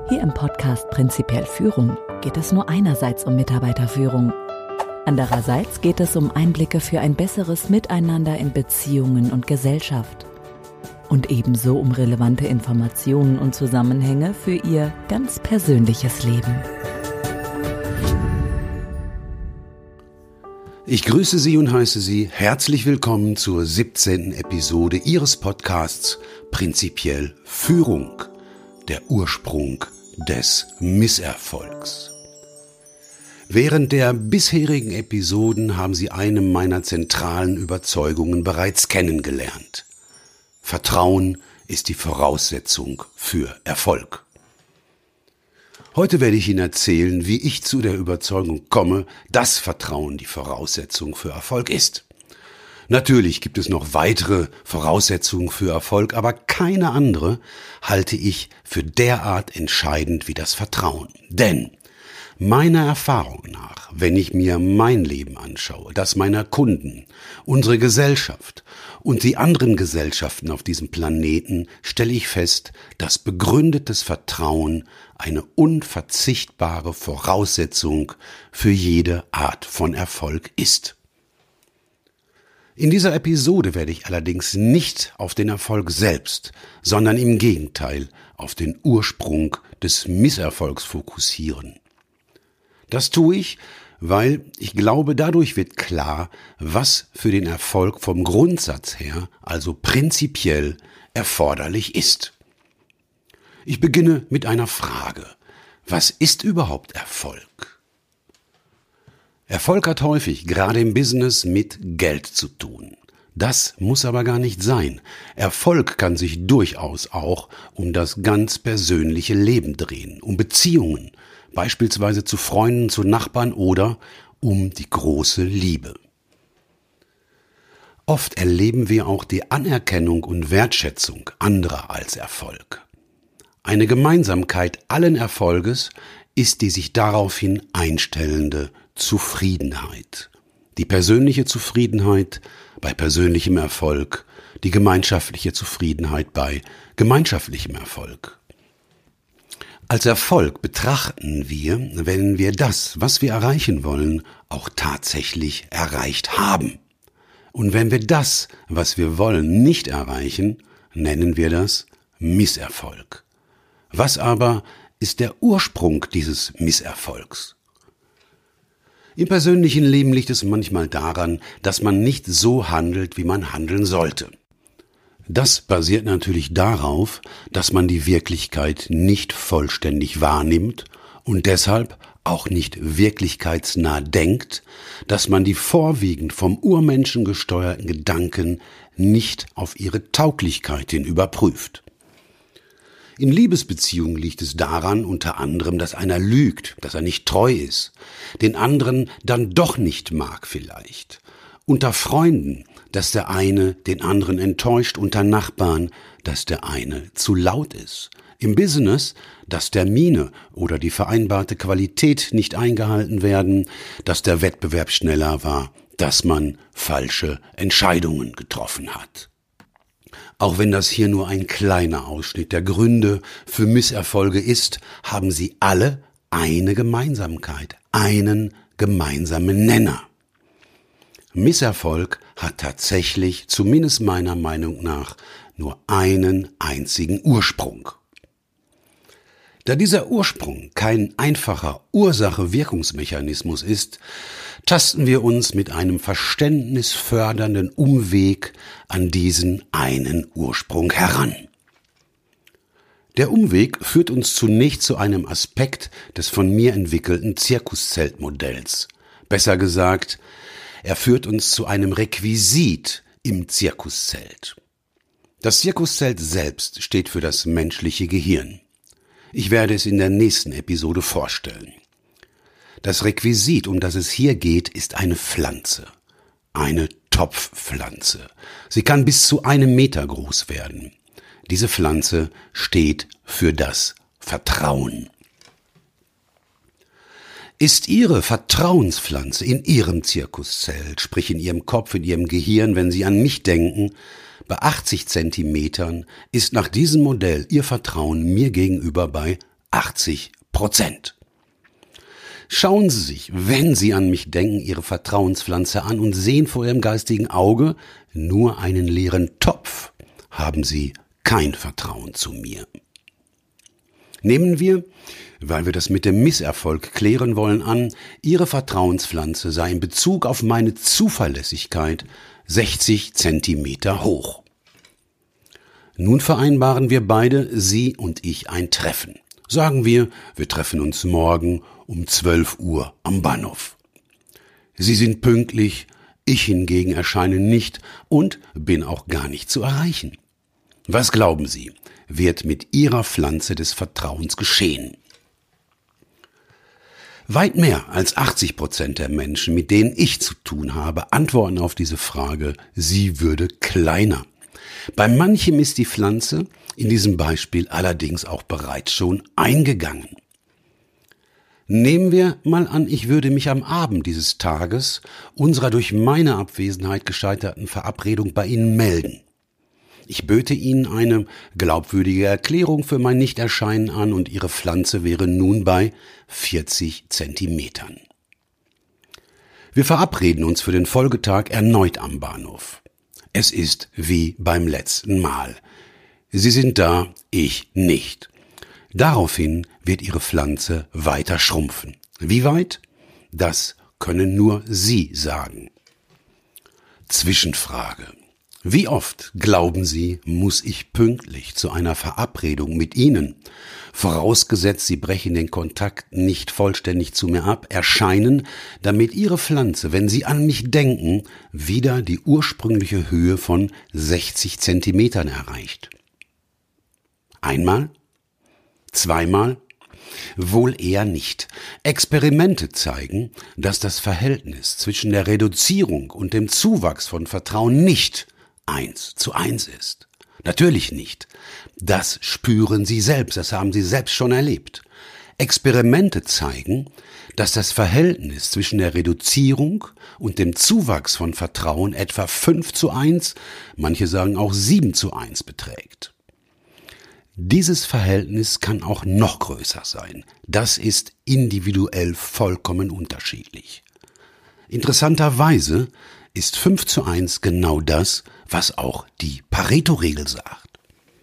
Hier im Podcast Prinzipiell Führung geht es nur einerseits um Mitarbeiterführung. Andererseits geht es um Einblicke für ein besseres Miteinander in Beziehungen und Gesellschaft. Und ebenso um relevante Informationen und Zusammenhänge für Ihr ganz persönliches Leben. Ich grüße Sie und heiße Sie herzlich willkommen zur 17. Episode Ihres Podcasts Prinzipiell Führung, der Ursprung des Misserfolgs. Während der bisherigen Episoden haben Sie eine meiner zentralen Überzeugungen bereits kennengelernt. Vertrauen ist die Voraussetzung für Erfolg. Heute werde ich Ihnen erzählen, wie ich zu der Überzeugung komme, dass Vertrauen die Voraussetzung für Erfolg ist. Natürlich gibt es noch weitere Voraussetzungen für Erfolg, aber keine andere halte ich für derart entscheidend wie das Vertrauen. Denn meiner Erfahrung nach, wenn ich mir mein Leben anschaue, das meiner Kunden, unsere Gesellschaft und die anderen Gesellschaften auf diesem Planeten, stelle ich fest, dass begründetes Vertrauen eine unverzichtbare Voraussetzung für jede Art von Erfolg ist. In dieser Episode werde ich allerdings nicht auf den Erfolg selbst, sondern im Gegenteil auf den Ursprung des Misserfolgs fokussieren. Das tue ich, weil ich glaube, dadurch wird klar, was für den Erfolg vom Grundsatz her, also prinzipiell, erforderlich ist. Ich beginne mit einer Frage. Was ist überhaupt Erfolg? Erfolg hat häufig, gerade im Business, mit Geld zu tun. Das muss aber gar nicht sein. Erfolg kann sich durchaus auch um das ganz persönliche Leben drehen, um Beziehungen, beispielsweise zu Freunden, zu Nachbarn oder um die große Liebe. Oft erleben wir auch die Anerkennung und Wertschätzung anderer als Erfolg. Eine Gemeinsamkeit allen Erfolges ist die sich daraufhin einstellende Zufriedenheit. Die persönliche Zufriedenheit bei persönlichem Erfolg, die gemeinschaftliche Zufriedenheit bei gemeinschaftlichem Erfolg. Als Erfolg betrachten wir, wenn wir das, was wir erreichen wollen, auch tatsächlich erreicht haben. Und wenn wir das, was wir wollen, nicht erreichen, nennen wir das Misserfolg. Was aber ist der Ursprung dieses Misserfolgs? Im persönlichen Leben liegt es manchmal daran, dass man nicht so handelt, wie man handeln sollte. Das basiert natürlich darauf, dass man die Wirklichkeit nicht vollständig wahrnimmt und deshalb auch nicht wirklichkeitsnah denkt, dass man die vorwiegend vom Urmenschen gesteuerten Gedanken nicht auf ihre Tauglichkeit hin überprüft. In Liebesbeziehungen liegt es daran, unter anderem, dass einer lügt, dass er nicht treu ist, den anderen dann doch nicht mag vielleicht. Unter Freunden, dass der eine den anderen enttäuscht, unter Nachbarn, dass der eine zu laut ist. Im Business, dass Termine oder die vereinbarte Qualität nicht eingehalten werden, dass der Wettbewerb schneller war, dass man falsche Entscheidungen getroffen hat. Auch wenn das hier nur ein kleiner Ausschnitt der Gründe für Misserfolge ist, haben sie alle eine Gemeinsamkeit, einen gemeinsamen Nenner. Misserfolg hat tatsächlich, zumindest meiner Meinung nach, nur einen einzigen Ursprung. Da dieser Ursprung kein einfacher Ursache-Wirkungsmechanismus ist, tasten wir uns mit einem verständnisfördernden Umweg an diesen einen Ursprung heran. Der Umweg führt uns zunächst zu einem Aspekt des von mir entwickelten Zirkuszeltmodells. Besser gesagt, er führt uns zu einem Requisit im Zirkuszelt. Das Zirkuszelt selbst steht für das menschliche Gehirn. Ich werde es in der nächsten Episode vorstellen. Das Requisit, um das es hier geht, ist eine Pflanze. Eine Topfpflanze. Sie kann bis zu 1 Meter groß werden. Diese Pflanze steht für das Vertrauen. Ist Ihre Vertrauenspflanze in Ihrem Zirkuszelt, sprich in Ihrem Kopf, in Ihrem Gehirn, wenn Sie an mich denken, bei 80 Zentimetern, ist nach diesem Modell Ihr Vertrauen mir gegenüber bei 80%. Schauen Sie sich, wenn Sie an mich denken, Ihre Vertrauenspflanze an und sehen vor Ihrem geistigen Auge nur einen leeren Topf, haben Sie kein Vertrauen zu mir. Nehmen wir, weil wir das mit dem Misserfolg klären wollen, an, Ihre Vertrauenspflanze sei in Bezug auf meine Zuverlässigkeit 60 Zentimeter hoch. Nun vereinbaren wir beide, Sie und ich, ein Treffen. Sagen wir treffen uns morgen um 12 Uhr am Bahnhof. Sie sind pünktlich, ich hingegen erscheine nicht und bin auch gar nicht zu erreichen. Was glauben Sie, wird mit Ihrer Pflanze des Vertrauens geschehen? Weit mehr als 80% der Menschen, mit denen ich zu tun habe, antworten auf diese Frage, sie würde kleiner. Bei manchem ist die Pflanze in diesem Beispiel allerdings auch bereits schon eingegangen. Nehmen wir mal an, ich würde mich am Abend dieses Tages unserer durch meine Abwesenheit gescheiterten Verabredung bei Ihnen melden. Ich böte Ihnen eine glaubwürdige Erklärung für mein Nichterscheinen an und Ihre Pflanze wäre nun bei 40 Zentimetern. Wir verabreden uns für den Folgetag erneut am Bahnhof. Es ist wie beim letzten Mal. Sie sind da, ich nicht. Daraufhin wird Ihre Pflanze weiter schrumpfen. Wie weit? Das können nur Sie sagen. Zwischenfrage. Wie oft, glauben Sie, muss ich pünktlich zu einer Verabredung mit Ihnen, vorausgesetzt Sie brechen den Kontakt nicht vollständig zu mir ab, erscheinen, damit Ihre Pflanze, wenn Sie an mich denken, wieder die ursprüngliche Höhe von 60 Zentimetern erreicht? Einmal? Zweimal? Wohl eher nicht. Experimente zeigen, dass das Verhältnis zwischen der Reduzierung und dem Zuwachs von Vertrauen nicht 1:1 ist. Natürlich nicht. Das spüren Sie selbst, das haben Sie selbst schon erlebt. Experimente zeigen, dass das Verhältnis zwischen der Reduzierung und dem Zuwachs von Vertrauen etwa 5:1, manche sagen auch 7:1 beträgt. Dieses Verhältnis kann auch noch größer sein. Das ist individuell vollkommen unterschiedlich. Interessanterweise ist 5:1 genau das, was auch die Pareto-Regel sagt.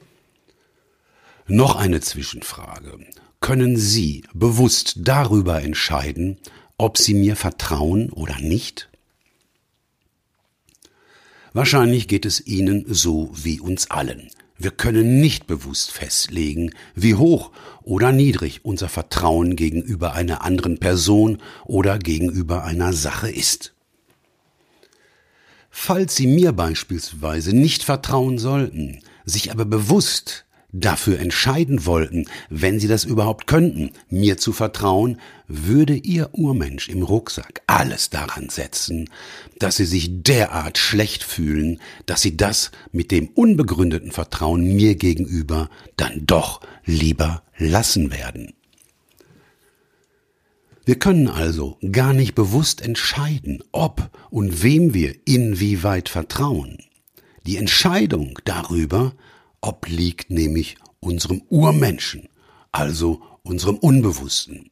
Noch eine Zwischenfrage. Können Sie bewusst darüber entscheiden, ob Sie mir vertrauen oder nicht? Wahrscheinlich geht es Ihnen so wie uns allen. Wir können nicht bewusst festlegen, wie hoch oder niedrig unser Vertrauen gegenüber einer anderen Person oder gegenüber einer Sache ist. Falls Sie mir beispielsweise nicht vertrauen sollten, sich aber bewusst dafür entscheiden wollten, wenn Sie das überhaupt könnten, mir zu vertrauen, würde Ihr Urmensch im Rucksack alles daran setzen, dass Sie sich derart schlecht fühlen, dass Sie das mit dem unbegründeten Vertrauen mir gegenüber dann doch lieber lassen werden. Wir können also gar nicht bewusst entscheiden, ob und wem wir inwieweit vertrauen. Die Entscheidung darüber obliegt nämlich unserem Urmenschen, also unserem Unbewussten.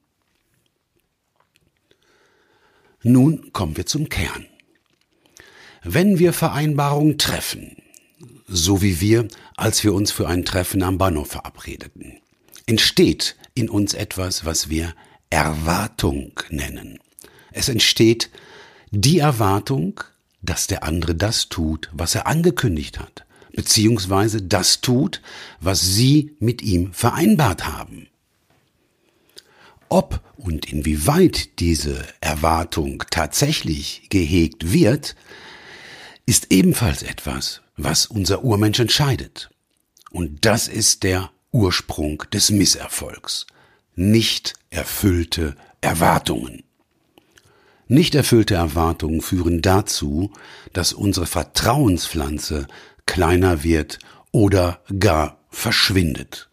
Nun kommen wir zum Kern. Wenn wir Vereinbarungen treffen, so wie wir, als wir uns für ein Treffen am Bahnhof verabredeten, entsteht in uns etwas, was wir Erwartung nennen. Es entsteht die Erwartung, dass der andere das tut, was er angekündigt hat, beziehungsweise das tut, was Sie mit ihm vereinbart haben. Ob und inwieweit diese Erwartung tatsächlich gehegt wird, ist ebenfalls etwas, was unser Urmensch entscheidet. Und das ist der Ursprung des Misserfolgs. Nicht erfüllte Erwartungen. Nicht erfüllte Erwartungen führen dazu, dass unsere Vertrauenspflanze kleiner wird oder gar verschwindet.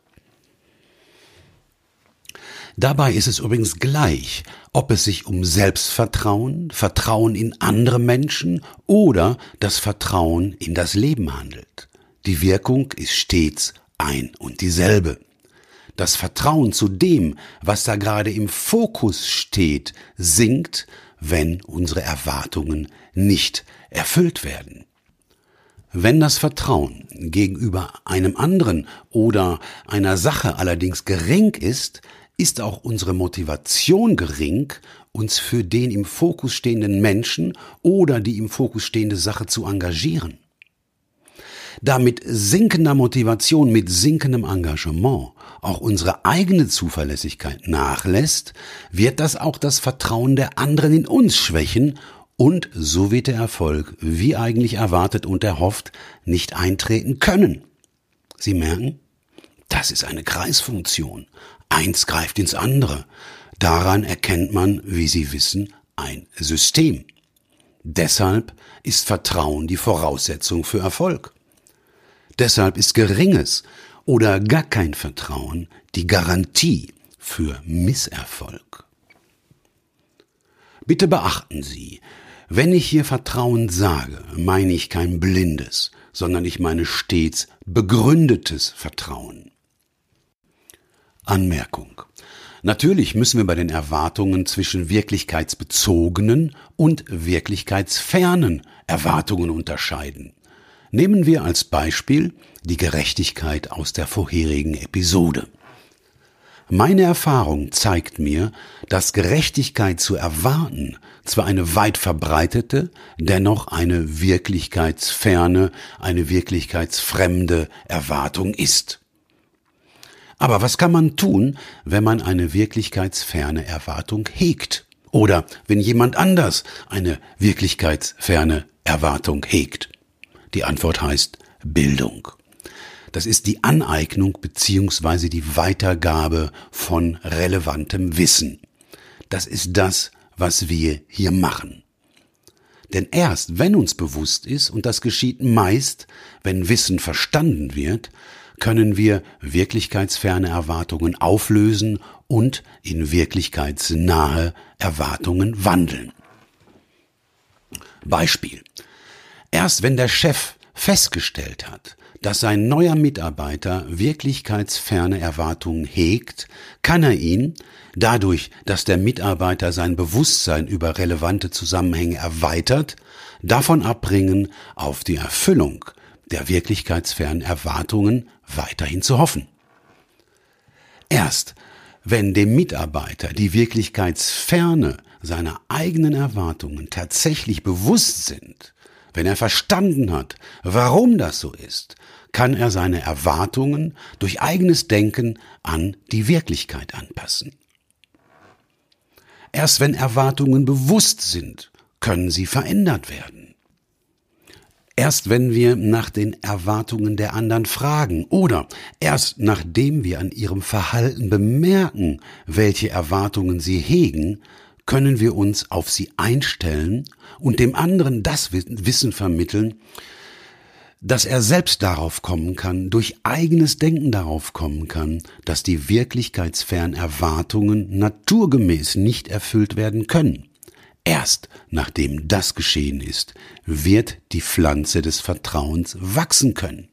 Dabei ist es übrigens gleich, ob es sich um Selbstvertrauen, Vertrauen in andere Menschen oder das Vertrauen in das Leben handelt. Die Wirkung ist stets ein und dieselbe. das Vertrauen zu dem, was da gerade im Fokus steht, sinkt, wenn unsere Erwartungen nicht erfüllt werden. Wenn das Vertrauen gegenüber einem anderen oder einer Sache allerdings gering ist, ist auch unsere Motivation gering, uns für den im Fokus stehenden Menschen oder die im Fokus stehende Sache zu engagieren. Da mit sinkender Motivation, mit sinkendem Engagement auch unsere eigene Zuverlässigkeit nachlässt, wird das auch das Vertrauen der anderen in uns schwächen und so wird der Erfolg, wie eigentlich erwartet und erhofft, nicht eintreten können. Sie merken, das ist eine Kreisfunktion. Eins greift ins andere. Daran erkennt man, wie Sie wissen, ein System. Deshalb ist Vertrauen die Voraussetzung für Erfolg. Deshalb ist geringes oder gar kein Vertrauen die Garantie für Misserfolg. Bitte beachten Sie, wenn ich hier Vertrauen sage, meine ich kein blindes, sondern ich meine stets begründetes Vertrauen. Anmerkung. Natürlich müssen wir bei den Erwartungen zwischen wirklichkeitsbezogenen und wirklichkeitsfernen Erwartungen unterscheiden. Nehmen wir als Beispiel die Gerechtigkeit aus der vorherigen Episode. Meine Erfahrung zeigt mir, dass Gerechtigkeit zu erwarten zwar eine weit verbreitete, dennoch eine wirklichkeitsferne, eine wirklichkeitsfremde Erwartung ist. Aber was kann man tun, wenn man eine wirklichkeitsferne Erwartung hegt? Oder wenn jemand anders eine wirklichkeitsferne Erwartung hegt? Die Antwort heißt Bildung. Das ist die Aneignung bzw. die Weitergabe von relevantem Wissen. Das ist das, was wir hier machen. Denn erst wenn uns bewusst ist, und das geschieht meist, wenn Wissen verstanden wird, können wir wirklichkeitsferne Erwartungen auflösen und in wirklichkeitsnahe Erwartungen wandeln. Beispiel. Erst wenn der Chef festgestellt hat, dass sein neuer Mitarbeiter wirklichkeitsferne Erwartungen hegt, kann er ihn, dadurch, dass der Mitarbeiter sein Bewusstsein über relevante Zusammenhänge erweitert, davon abbringen, auf die Erfüllung der wirklichkeitsfernen Erwartungen weiterhin zu hoffen. Erst wenn dem Mitarbeiter die Wirklichkeitsferne seiner eigenen Erwartungen tatsächlich bewusst sind, wenn er verstanden hat, warum das so ist, kann er seine Erwartungen durch eigenes Denken an die Wirklichkeit anpassen. Erst wenn Erwartungen bewusst sind, können sie verändert werden. Erst wenn wir nach den Erwartungen der anderen fragen oder erst nachdem wir an ihrem Verhalten bemerken, welche Erwartungen sie hegen, können wir uns auf sie einstellen und dem anderen das Wissen vermitteln, dass er selbst darauf kommen kann, durch eigenes Denken darauf kommen kann, dass die wirklichkeitsfernen Erwartungen naturgemäß nicht erfüllt werden können. Erst nachdem das geschehen ist, wird die Pflanze des Vertrauens wachsen können.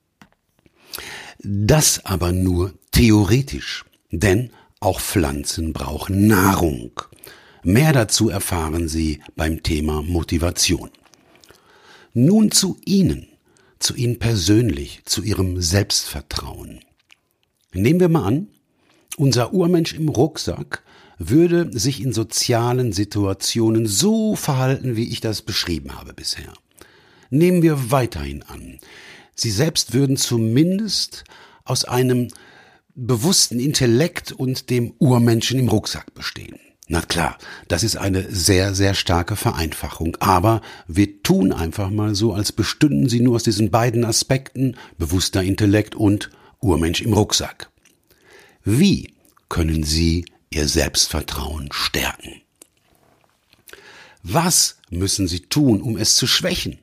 Das aber nur theoretisch, denn auch Pflanzen brauchen Nahrung. Mehr dazu erfahren Sie beim Thema Motivation. Nun zu Ihnen persönlich, zu Ihrem Selbstvertrauen. Nehmen wir mal an, unser Urmensch im Rucksack würde sich in sozialen Situationen so verhalten, wie ich das beschrieben habe bisher. Nehmen wir weiterhin an, Sie selbst würden zumindest aus einem bewussten Intellekt und dem Urmenschen im Rucksack bestehen. Na klar, das ist eine sehr, sehr starke Vereinfachung, aber wir tun einfach mal so, als bestünden sie nur aus diesen beiden Aspekten, bewusster Intellekt und Urmensch im Rucksack. Wie können Sie Ihr Selbstvertrauen stärken? Was müssen Sie tun, um es zu schwächen?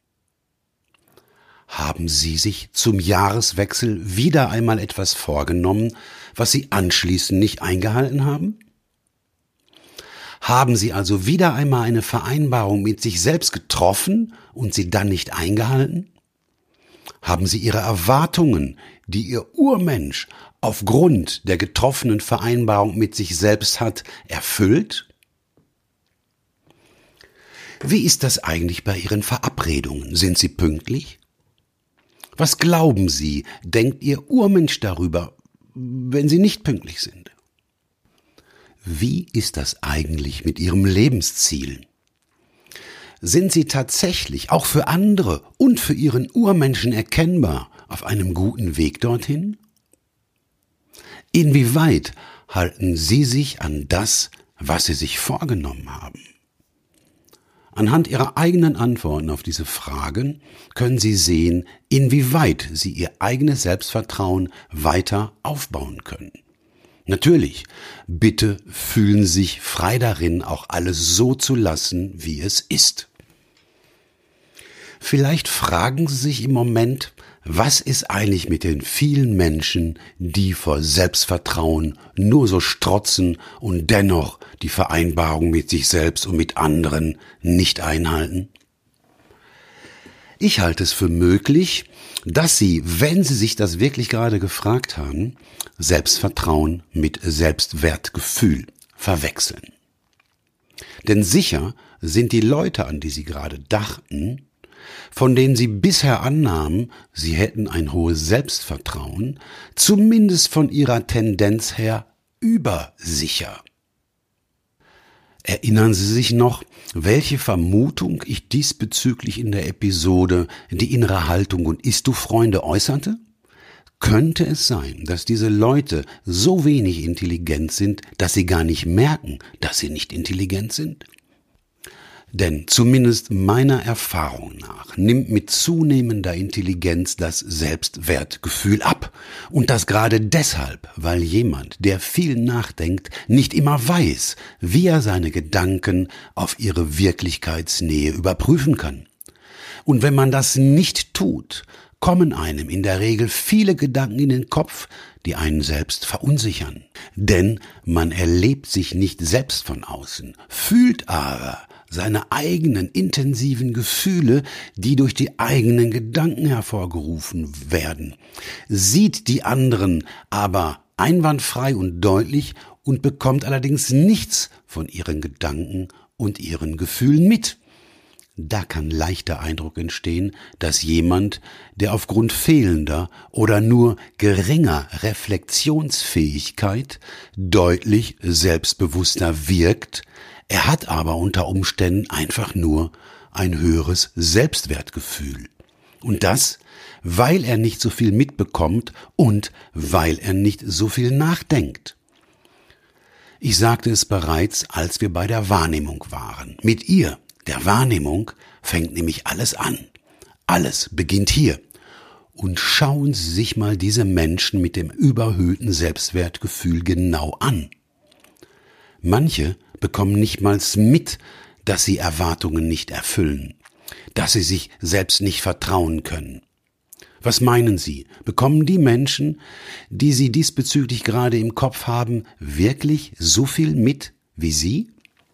Haben Sie sich zum Jahreswechsel wieder einmal etwas vorgenommen, was Sie anschließend nicht eingehalten haben? Haben Sie also wieder einmal eine Vereinbarung mit sich selbst getroffen und sie dann nicht eingehalten? Haben Sie Ihre Erwartungen, die Ihr Urmensch aufgrund der getroffenen Vereinbarung mit sich selbst hat, erfüllt? Wie ist das eigentlich bei Ihren Verabredungen? Sind Sie pünktlich? Was glauben Sie, denkt Ihr Urmensch darüber, wenn Sie nicht pünktlich sind? Wie ist das eigentlich mit Ihrem Lebensziel? Sind Sie tatsächlich auch für andere und für Ihren Urmenschen erkennbar auf einem guten Weg dorthin? Inwieweit halten Sie sich an das, was Sie sich vorgenommen haben? Anhand Ihrer eigenen Antworten auf diese Fragen können Sie sehen, inwieweit Sie Ihr eigenes Selbstvertrauen weiter aufbauen können. Natürlich, bitte fühlen Sie sich frei darin, auch alles so zu lassen, wie es ist. Vielleicht fragen Sie sich im Moment, was ist eigentlich mit den vielen Menschen, die vor Selbstvertrauen nur so strotzen und dennoch die Vereinbarung mit sich selbst und mit anderen nicht einhalten? Ich halte es für möglich, dass Sie, wenn Sie sich das wirklich gerade gefragt haben, Selbstvertrauen mit Selbstwertgefühl verwechseln. Denn sicher sind die Leute, an die Sie gerade dachten, von denen Sie bisher annahmen, sie hätten ein hohes Selbstvertrauen, zumindest von ihrer Tendenz her übersicher. Erinnern Sie sich noch, welche Vermutung ich diesbezüglich in der Episode Die innere Haltung und Ist-Du-Freunde äußerte? Könnte es sein, dass diese Leute so wenig intelligent sind, dass sie gar nicht merken, dass sie nicht intelligent sind? Denn zumindest meiner Erfahrung nach nimmt mit zunehmender Intelligenz das Selbstwertgefühl ab. Und das gerade deshalb, weil jemand, der viel nachdenkt, nicht immer weiß, wie er seine Gedanken auf ihre Wirklichkeitsnähe überprüfen kann. Und wenn man das nicht tut, kommen einem in der Regel viele Gedanken in den Kopf, die einen selbst verunsichern. Denn man erlebt sich nicht selbst von außen, fühlt aber seine eigenen intensiven Gefühle, die durch die eigenen Gedanken hervorgerufen werden, sieht die anderen aber einwandfrei und deutlich und bekommt allerdings nichts von ihren Gedanken und ihren Gefühlen mit. Da kann leicht der Eindruck entstehen, dass jemand, der aufgrund fehlender oder nur geringer Reflexionsfähigkeit deutlich selbstbewusster wirkt, er hat aber unter Umständen einfach nur ein höheres Selbstwertgefühl. Und das, weil er nicht so viel mitbekommt und weil er nicht so viel nachdenkt. Ich sagte es bereits, als wir bei der Wahrnehmung waren. Mit ihr, der Wahrnehmung, fängt nämlich alles an. Alles beginnt hier. Und schauen Sie sich mal diese Menschen mit dem überhöhten Selbstwertgefühl genau an. Manche bekommen nicht mal mit, dass sie Erwartungen nicht erfüllen, dass sie sich selbst nicht vertrauen können. Was meinen Sie, bekommen die Menschen, die Sie diesbezüglich gerade im Kopf haben, wirklich so viel mit wie Sie?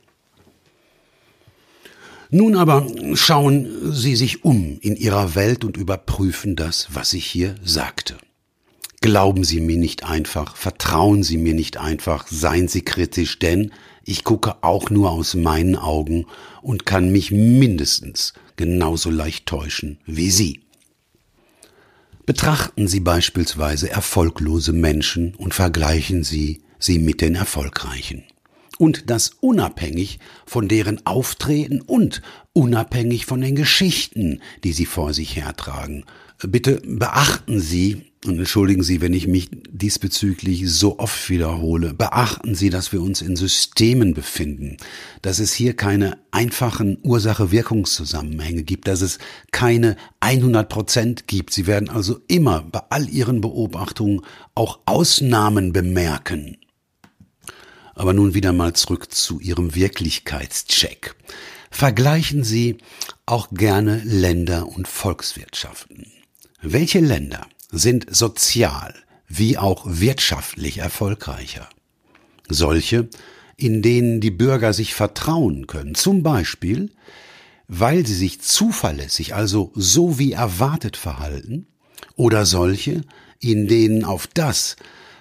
Nun aber schauen Sie sich um in Ihrer Welt und überprüfen das, was ich hier sagte. Glauben Sie mir nicht einfach, vertrauen Sie mir nicht einfach, seien Sie kritisch, denn ich gucke auch nur aus meinen Augen und kann mich mindestens genauso leicht täuschen wie Sie. Betrachten Sie beispielsweise erfolglose Menschen und vergleichen Sie sie mit den Erfolgreichen. Und das unabhängig von deren Auftreten und unabhängig von den Geschichten, die sie vor sich hertragen. Bitte beachten Sie, und entschuldigen Sie, wenn ich mich diesbezüglich so oft wiederhole, beachten Sie, dass wir uns in Systemen befinden, dass es hier keine einfachen Ursache-Wirkungszusammenhänge gibt, dass es keine 100% gibt. Sie werden also immer bei all Ihren Beobachtungen auch Ausnahmen bemerken. Aber nun wieder mal zurück zu Ihrem Wirklichkeitscheck. Vergleichen Sie auch gerne Länder und Volkswirtschaften. Welche Länder sind sozial wie auch wirtschaftlich erfolgreicher? Solche, in denen die Bürger sich vertrauen können, zum Beispiel, weil sie sich zuverlässig, also so wie erwartet verhalten, oder solche, in denen auf das,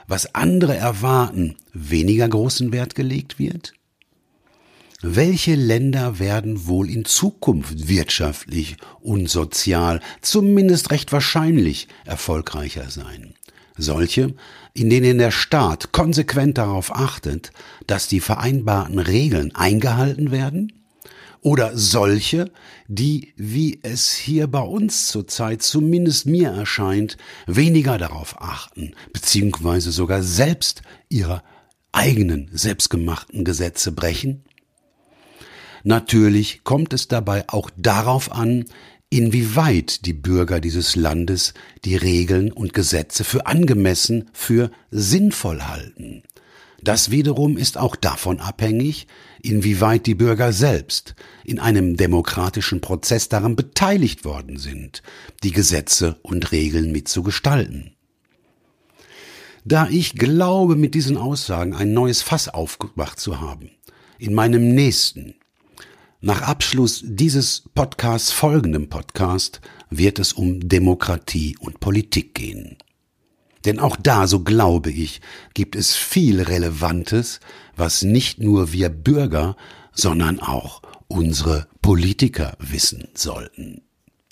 was andere erwarten, weniger großen Wert gelegt wird? Welche Länder werden wohl in Zukunft wirtschaftlich und sozial, zumindest recht wahrscheinlich, erfolgreicher sein? Solche, in denen der Staat konsequent darauf achtet, dass die vereinbarten Regeln eingehalten werden? Oder solche, die, wie es hier bei uns zurzeit zumindest mir erscheint, weniger darauf achten, beziehungsweise sogar selbst ihre eigenen, selbstgemachten Gesetze brechen? Natürlich kommt es dabei auch darauf an, inwieweit die Bürger dieses Landes die Regeln und Gesetze für angemessen, für sinnvoll halten. Das wiederum ist auch davon abhängig, inwieweit die Bürger selbst in einem demokratischen Prozess daran beteiligt worden sind, die Gesetze und Regeln mitzugestalten. Da ich glaube, mit diesen Aussagen ein neues Fass aufgemacht zu haben, in meinem nächsten, nach Abschluss dieses Podcasts, folgendem Podcast, wird es um Demokratie und Politik gehen. Denn auch da, so glaube ich, gibt es viel Relevantes, was nicht nur wir Bürger, sondern auch unsere Politiker wissen sollten.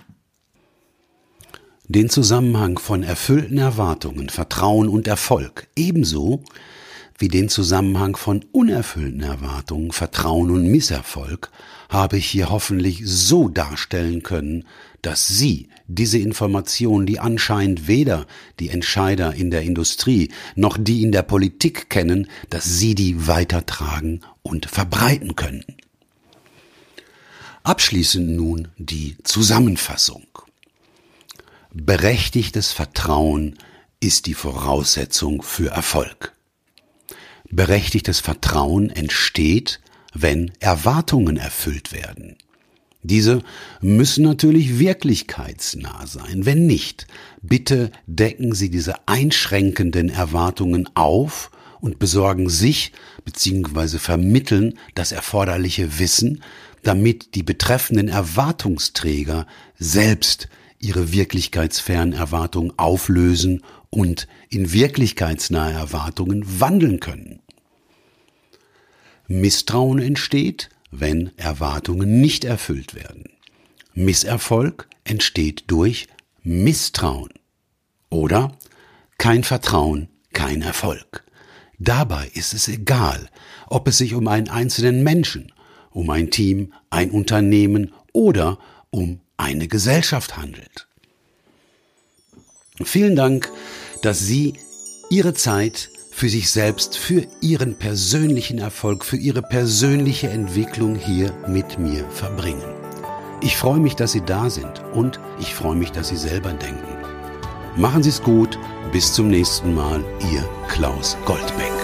Den Zusammenhang von erfüllten Erwartungen, Vertrauen und Erfolg, ebenso wie den Zusammenhang von unerfüllten Erwartungen, Vertrauen und Misserfolg, habe ich hier hoffentlich so darstellen können, dass Sie diese Informationen, die anscheinend weder die Entscheider in der Industrie noch die in der Politik kennen, dass Sie die weitertragen und verbreiten können. Abschließend nun die Zusammenfassung. Berechtigtes Vertrauen ist die Voraussetzung für Erfolg. Berechtigtes Vertrauen entsteht, wenn Erwartungen erfüllt werden. Diese müssen natürlich wirklichkeitsnah sein. Wenn nicht, bitte decken Sie diese einschränkenden Erwartungen auf und besorgen sich bzw. vermitteln das erforderliche Wissen, damit die betreffenden Erwartungsträger selbst ihre wirklichkeitsfernen Erwartungen auflösen und in wirklichkeitsnahe Erwartungen wandeln können. Misstrauen entsteht, wenn Erwartungen nicht erfüllt werden. Misserfolg entsteht durch Misstrauen. Oder kein Vertrauen, kein Erfolg. Dabei ist es egal, ob es sich um einen einzelnen Menschen, um ein Team, ein Unternehmen oder um eine Gesellschaft handelt. Vielen Dank, dass Sie Ihre Zeit für sich selbst, für Ihren persönlichen Erfolg, für Ihre persönliche Entwicklung hier mit mir verbringen. Ich freue mich, dass Sie da sind und ich freue mich, dass Sie selber denken. Machen Sie es gut, bis zum nächsten Mal, Ihr Klaus Goldbeck.